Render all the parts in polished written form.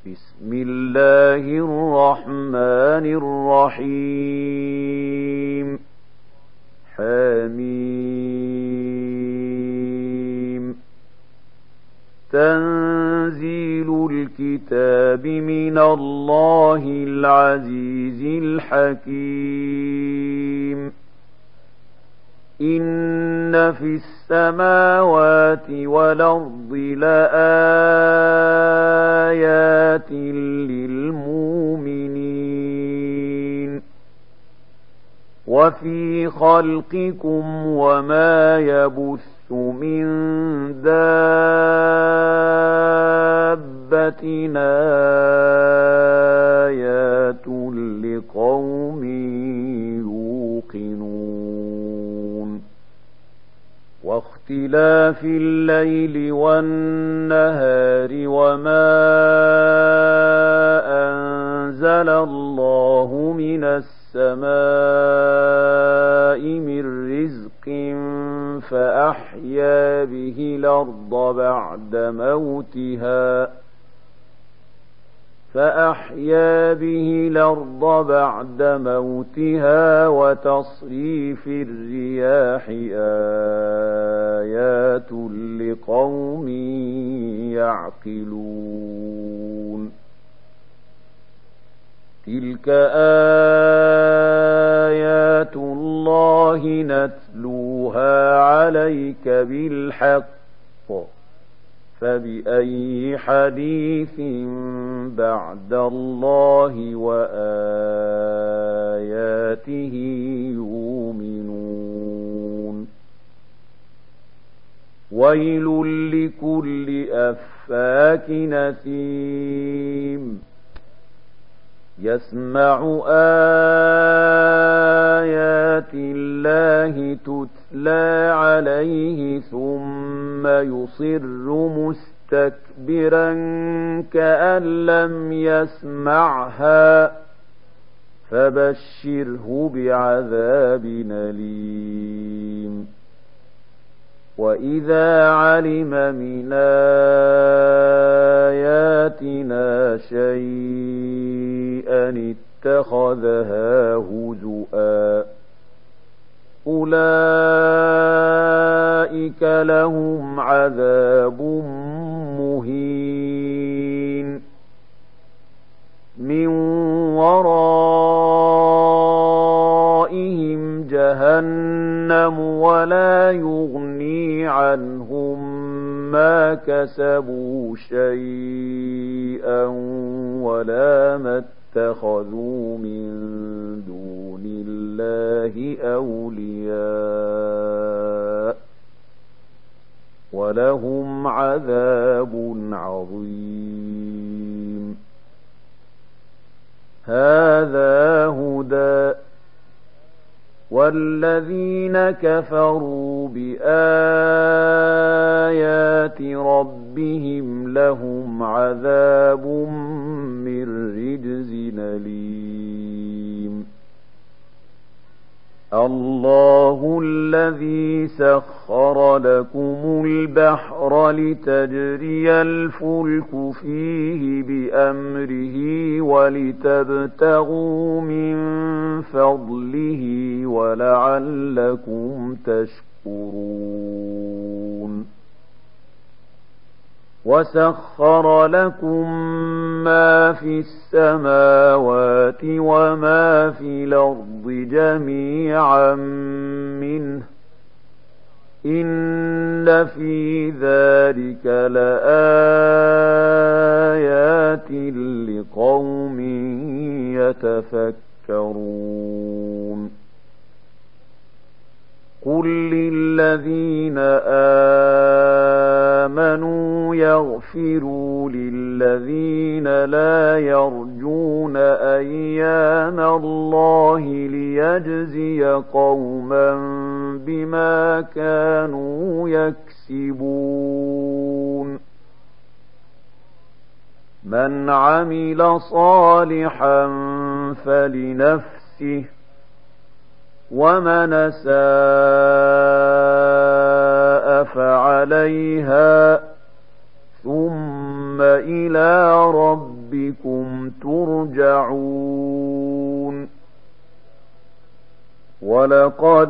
بسم الله الرحمن الرحيم حميم تنزيل الكتاب من الله العزيز الحكيم إن في السماوات والأرض لآيات للمؤمنين وفي خلقكم وما يبث من دابة آيات لقوم يوقنون واختلاف الليل والنهار وما أنزل الله من السماء من رزق فأحيا به الأرض بعد موتها وتصريف الرياح آيات لقوم يعقلون تلك آيات الله نتلوها عليك بالحق فبأي حديث بعد الله وآياته يؤمنون ويل لكل أفاك نثيم يسمع آيات الله تتلى عليه ثم يصر مستكبرا كأن لم يسمعها فبشره بعذاب أليم وإذا علم من آياتنا شيئا اتخذها هزؤا أولئك لهم عذاب مهين من ورائهم جهنم ولا يغني عنهم ما كسبوا شيئا ولا ما اتخذوا من دون الله أولياء ولهم عذاب عظيم هذا هدى والذين كفروا بآيات ربهم لهم عذاب من رجز أليم الله الذي سخر لكم البحر لتجري الفلك فيه بأمره ولتبتغوا من فضله ولعلكم تشكرون وسخر لكم ما في السماوات وما في الأرض جميعا منه إن في ذلك لآيات لقوم يتفكرون قل للذين آمنوا يغفروا للذين لا يرجون أيام الله ليجزي قوما بما كانوا يكسبون من عمل صالحا فلنفسه ومن أساء فعليها ثم إلى ربه ربكم ترجعون ولقد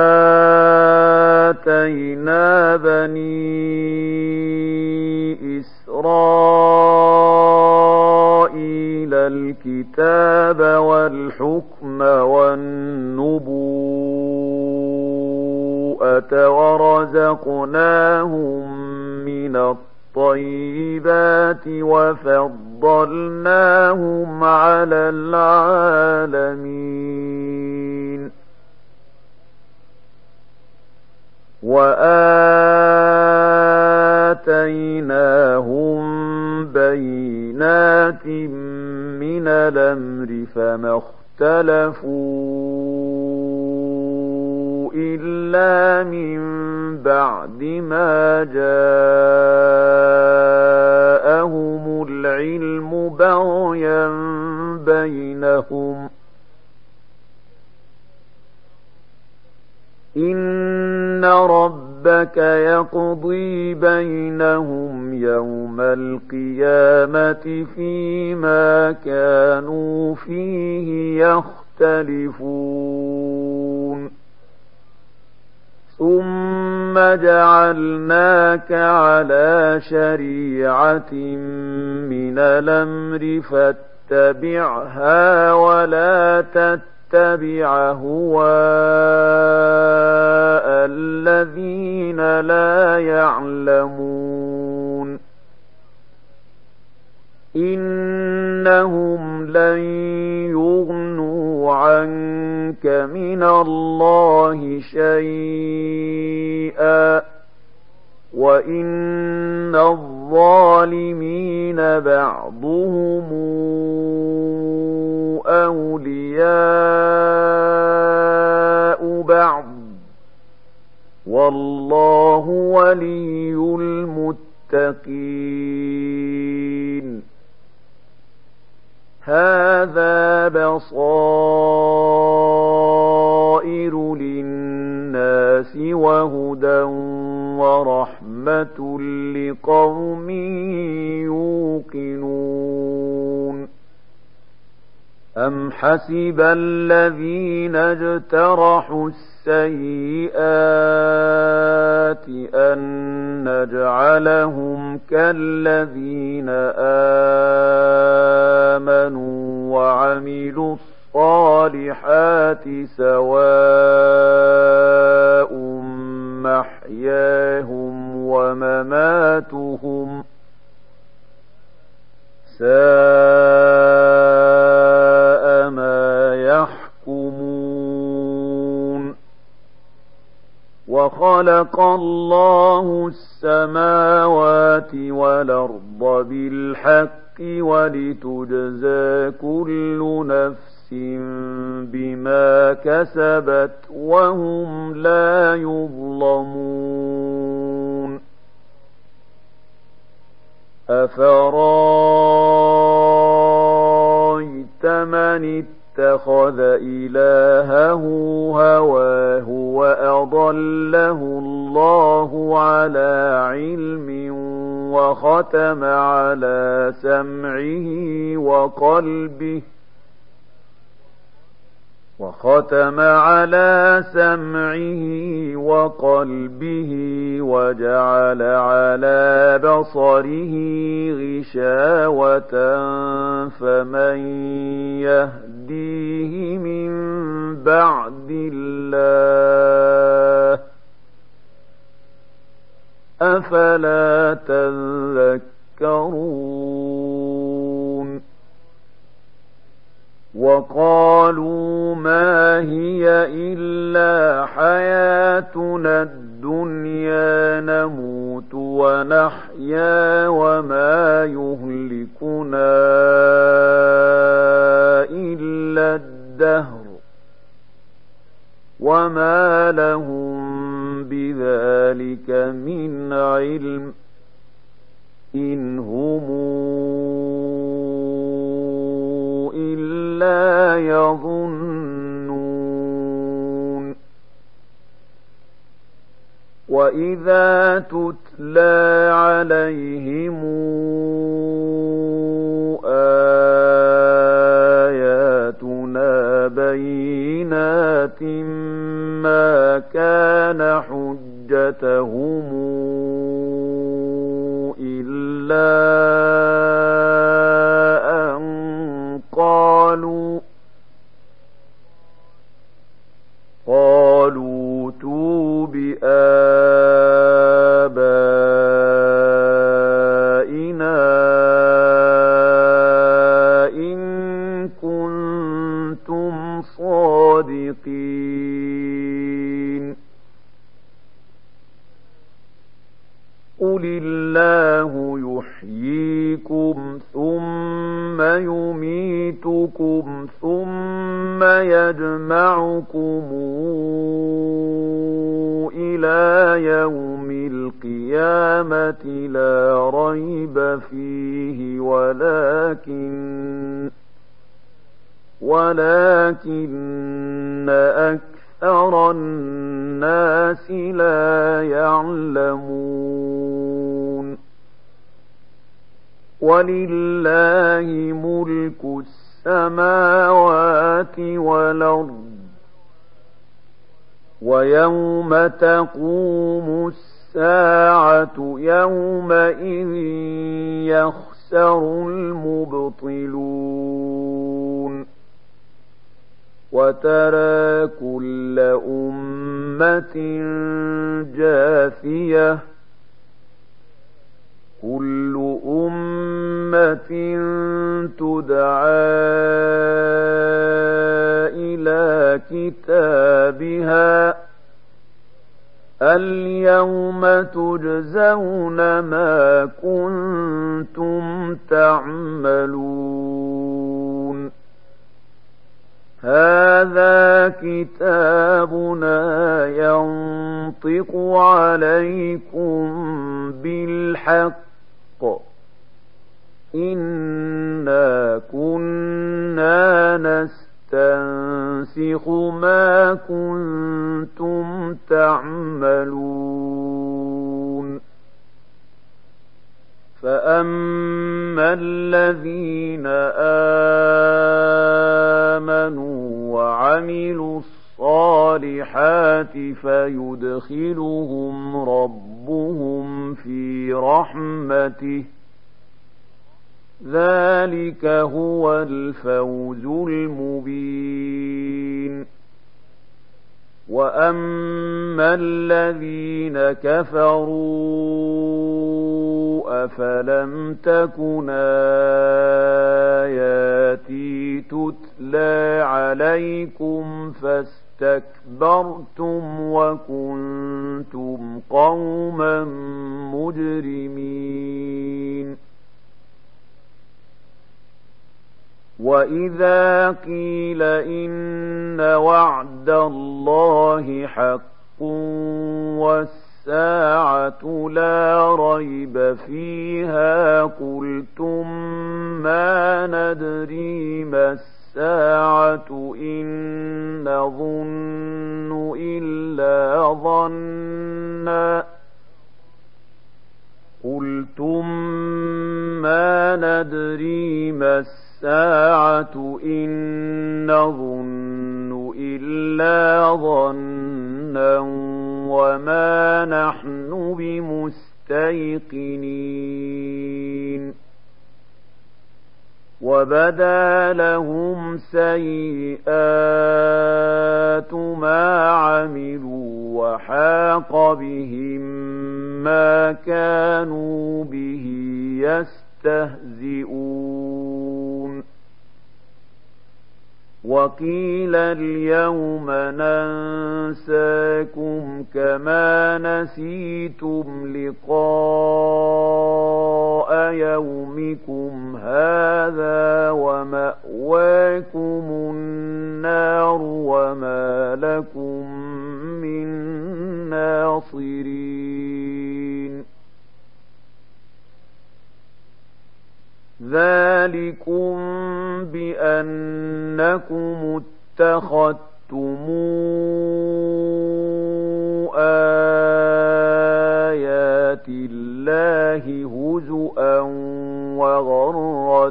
آتينا بني إسرائيل الكتاب والحكم والنبوءة ورزقناهم من الطيبات وفضلناهم على العالمين وآتيناهم بينات من الأمر فما اختلفوا إلا من بعد ما جاءهم العلم بغيا بينهم إن ربك يقضي بينهم يوم القيامة فيما كانوا فيه يختلفون ثم جعلناك على شريعة من الأمر فاتبعها ولا تتبع هواء الذين لا يعلمون إنهم لن يغنوا عنك من الله شيئا وإن الظالمين بعضهم أولياء بعض والله ولي المتقين هذا بصائر للناس وهدى ورحمة لقوم يوقنون أم حسب الذين اجترحوا السيئات أن نجعلهم كالذين آمنوا وعملوا الصالحات سواء محياهم ومماتهم ساء ما يحكمون وخلق الله السماوات والأرض بالحق ولتجزى كل نفس بما كسبت وهم لا يظلمون أفرايت من اتخذ إلهه هواه وأضله الله على علم وختم على سمعه وقلبه وجعل على بصره غشاوة فمن يهديه من بعد الله أفلا تذكرون وقالوا ما هي إلا حياتنا الدنيا نموت ونحيا وما يهلكنا إلا الدهر وما لهم بذلك من علم إن هم إلا يظنون وإذا تتلى عليهم قرية ما كان حجتهم إلا أن قالوا ائتوا بآبائنا إن كنتم صادقين قل الله يحييكم ثم يميتكم ثم يجمعكم إلى يوم القيامة لا ريب فيه ولكن أكثر الناس لا يعلمون ولله ملك السماوات والأرض ويوم تقوم الساعة يومئذ يخسر المبطلون وترى كل أمة جاثية كل أمة تدعى إلى كتابها اليوم تجزون ما كنتم تعملون هذا كتابنا ينطق عليكم بالحق إنا كنا نستنسخ ما كنتم تعملون فأما الذين آمنوا وعملوا الصالحات فيدخلهم ربهم في رحمته ذلك هو الفوز المبين وأما الذين كفروا أفلم تكن آياتي تتلى عليكم فاستكبرتم وكنتم قوما مجرمين وإذا قيل إن وعد الله حق والساعة لا ريب فيها قلتم ما ندري ما الساعة إن نظن إلا ظنا قلتم ما ندري ما الساعة إن نظن إلا ظنا وما نحن بمستيقنين وبدا لهم سيئات ما عملوا وحاق بهم ما كانوا به يستهزئون وقيل اليوم ننساكم كما نسيتم لقاء يومكم هذا ومأواكم النار وما لكم من ناصرين ذلكم بأنكم اتخذتم آيات الله هزؤا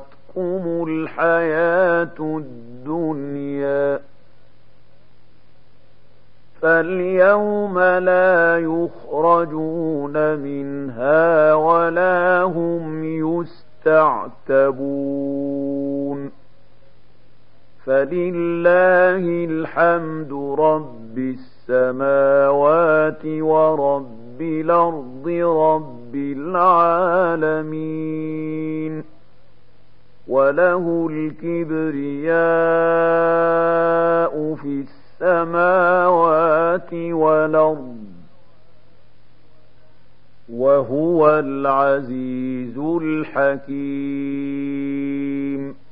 وغرتكم الحياة الدنيا يوم لا يخرجون منها ولا هم يستعتبون فلله الحمد رب السماوات ورب الأرض رب العالمين وله الكبرياء في السماوات والأرض وهو العزيز الحكيم